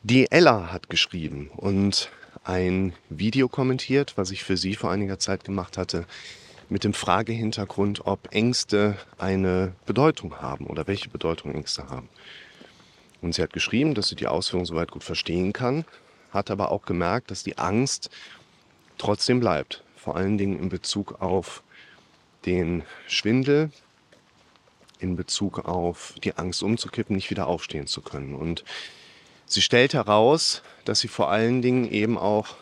Die Ella hat geschrieben und ein Video kommentiert, was ich für sie vor einiger Zeit gemacht hatte, mit dem Fragehintergrund, ob Ängste eine Bedeutung haben oder welche Bedeutung Ängste haben. Und sie hat geschrieben, dass sie die Ausführungen soweit gut verstehen kann, hat aber auch gemerkt, dass die Angst trotzdem bleibt. Vor allen Dingen in Bezug auf den Schwindel, in Bezug auf die Angst umzukippen, nicht wieder aufstehen zu können. Und sie stellt heraus, dass sie vor allen Dingen eben auch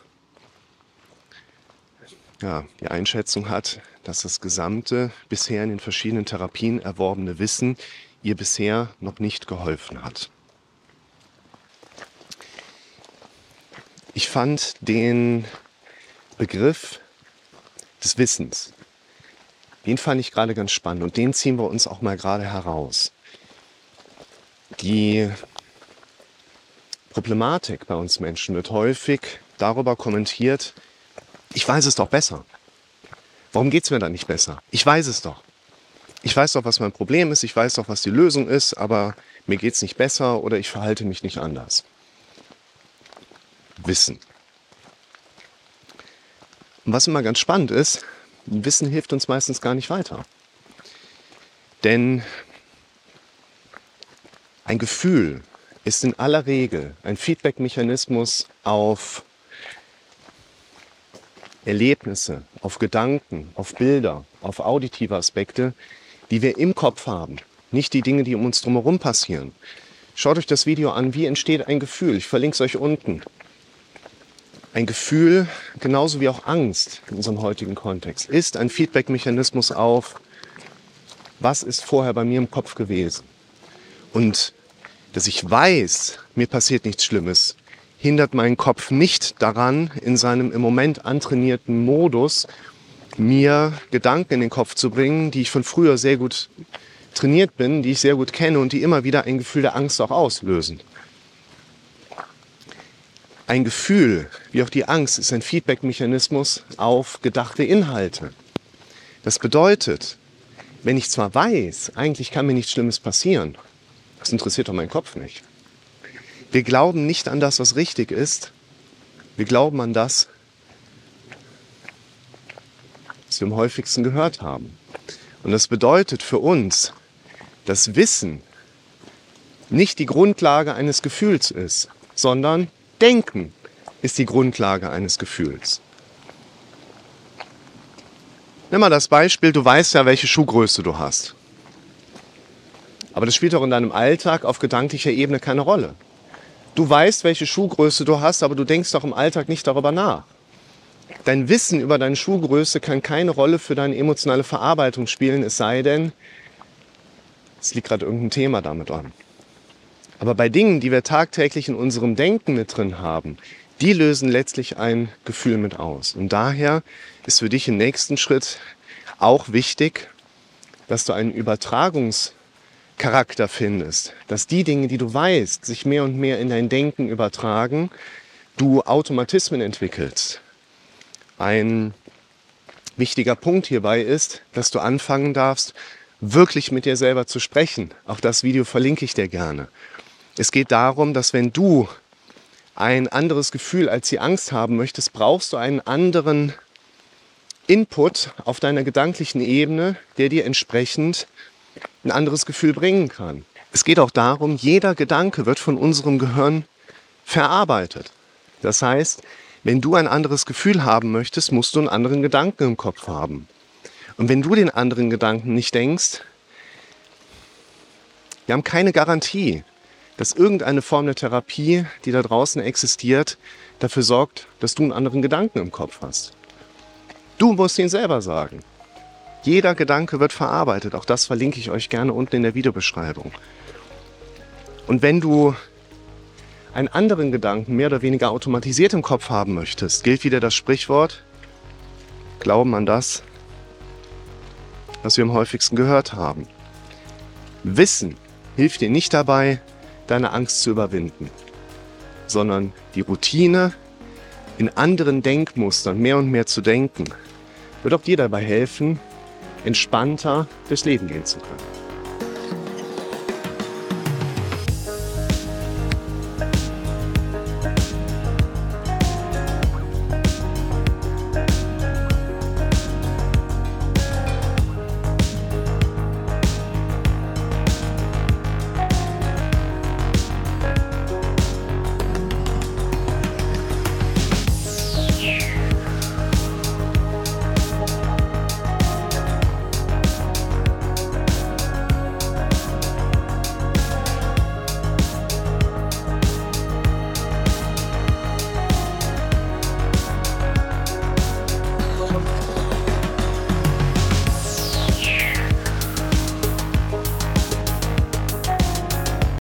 die Einschätzung hat, dass das gesamte bisher in den verschiedenen Therapien erworbene Wissen ihr bisher noch nicht geholfen hat. Ich fand den Begriff des Wissens, den fand ich gerade ganz spannend und den ziehen wir uns auch mal gerade heraus. Die Problematik bei uns Menschen wird häufig darüber kommentiert, ich weiß es doch besser. Warum geht es mir dann nicht besser? Ich weiß es doch. Ich weiß doch, was mein Problem ist, ich weiß doch, was die Lösung ist, aber mir geht es nicht besser oder ich verhalte mich nicht anders. Wissen. Und was immer ganz spannend ist, Wissen hilft uns meistens gar nicht weiter. Denn ein Gefühl ist in aller Regel ein Feedback-Mechanismus auf Erlebnisse, auf Gedanken, auf Bilder, auf auditive Aspekte, die wir im Kopf haben, nicht die Dinge, die um uns drumherum passieren. Schaut euch das Video an, wie entsteht ein Gefühl. Ich verlinke es euch unten. Ein Gefühl, genauso wie auch Angst in unserem heutigen Kontext, ist ein Feedback-Mechanismus auf, was ist vorher bei mir im Kopf gewesen. Und dass ich weiß, mir passiert nichts Schlimmes, hindert meinen Kopf nicht daran, in seinem im Moment antrainierten Modus mir Gedanken in den Kopf zu bringen, die ich von früher sehr gut trainiert bin, die ich sehr gut kenne und die immer wieder ein Gefühl der Angst auch auslösen. Ein Gefühl, wie auch die Angst, ist ein Feedback-Mechanismus auf gedachte Inhalte. Das bedeutet, wenn ich zwar weiß, eigentlich kann mir nichts Schlimmes passieren, das interessiert doch meinen Kopf nicht. Wir glauben nicht an das, was richtig ist. Wir glauben an das, was wir am häufigsten gehört haben. Und das bedeutet für uns, dass Wissen nicht die Grundlage eines Gefühls ist, sondern Denken ist die Grundlage eines Gefühls. Nimm mal das Beispiel, du weißt ja, welche Schuhgröße du hast. Aber das spielt doch in deinem Alltag auf gedanklicher Ebene keine Rolle. Du weißt, welche Schuhgröße du hast, aber du denkst doch im Alltag nicht darüber nach. Dein Wissen über deine Schuhgröße kann keine Rolle für deine emotionale Verarbeitung spielen, es sei denn, es liegt gerade irgendein Thema damit an. Aber bei Dingen, die wir tagtäglich in unserem Denken mit drin haben, die lösen letztlich ein Gefühl mit aus. Und daher ist für dich im nächsten Schritt auch wichtig, dass du einen Übertragungscharakter findest, dass die Dinge, die du weißt, sich mehr und mehr in dein Denken übertragen, du Automatismen entwickelst. Ein wichtiger Punkt hierbei ist, dass du anfangen darfst, wirklich mit dir selber zu sprechen. Auch das Video verlinke ich dir gerne. Es geht darum, dass wenn du ein anderes Gefühl als die Angst haben möchtest, brauchst du einen anderen Input auf deiner gedanklichen Ebene, der dir entsprechend ein anderes Gefühl bringen kann. Es geht auch darum, jeder Gedanke wird von unserem Gehirn verarbeitet. Das heißt, wenn du ein anderes Gefühl haben möchtest, musst du einen anderen Gedanken im Kopf haben. Und wenn du den anderen Gedanken nicht denkst, wir haben keine Garantie, dass irgendeine Form der Therapie, die da draußen existiert, dafür sorgt, dass du einen anderen Gedanken im Kopf hast. Du musst ihn selber sagen. Jeder Gedanke wird verarbeitet. Auch das verlinke ich euch gerne unten in der Videobeschreibung. Und wenn du einen anderen Gedanken mehr oder weniger automatisiert im Kopf haben möchtest, gilt wieder das Sprichwort, glauben an das, was wir am häufigsten gehört haben. Wissen hilft dir nicht dabei, deine Angst zu überwinden, sondern die Routine, in anderen Denkmustern mehr und mehr zu denken, wird auch dir dabei helfen, entspannter durchs Leben gehen zu können.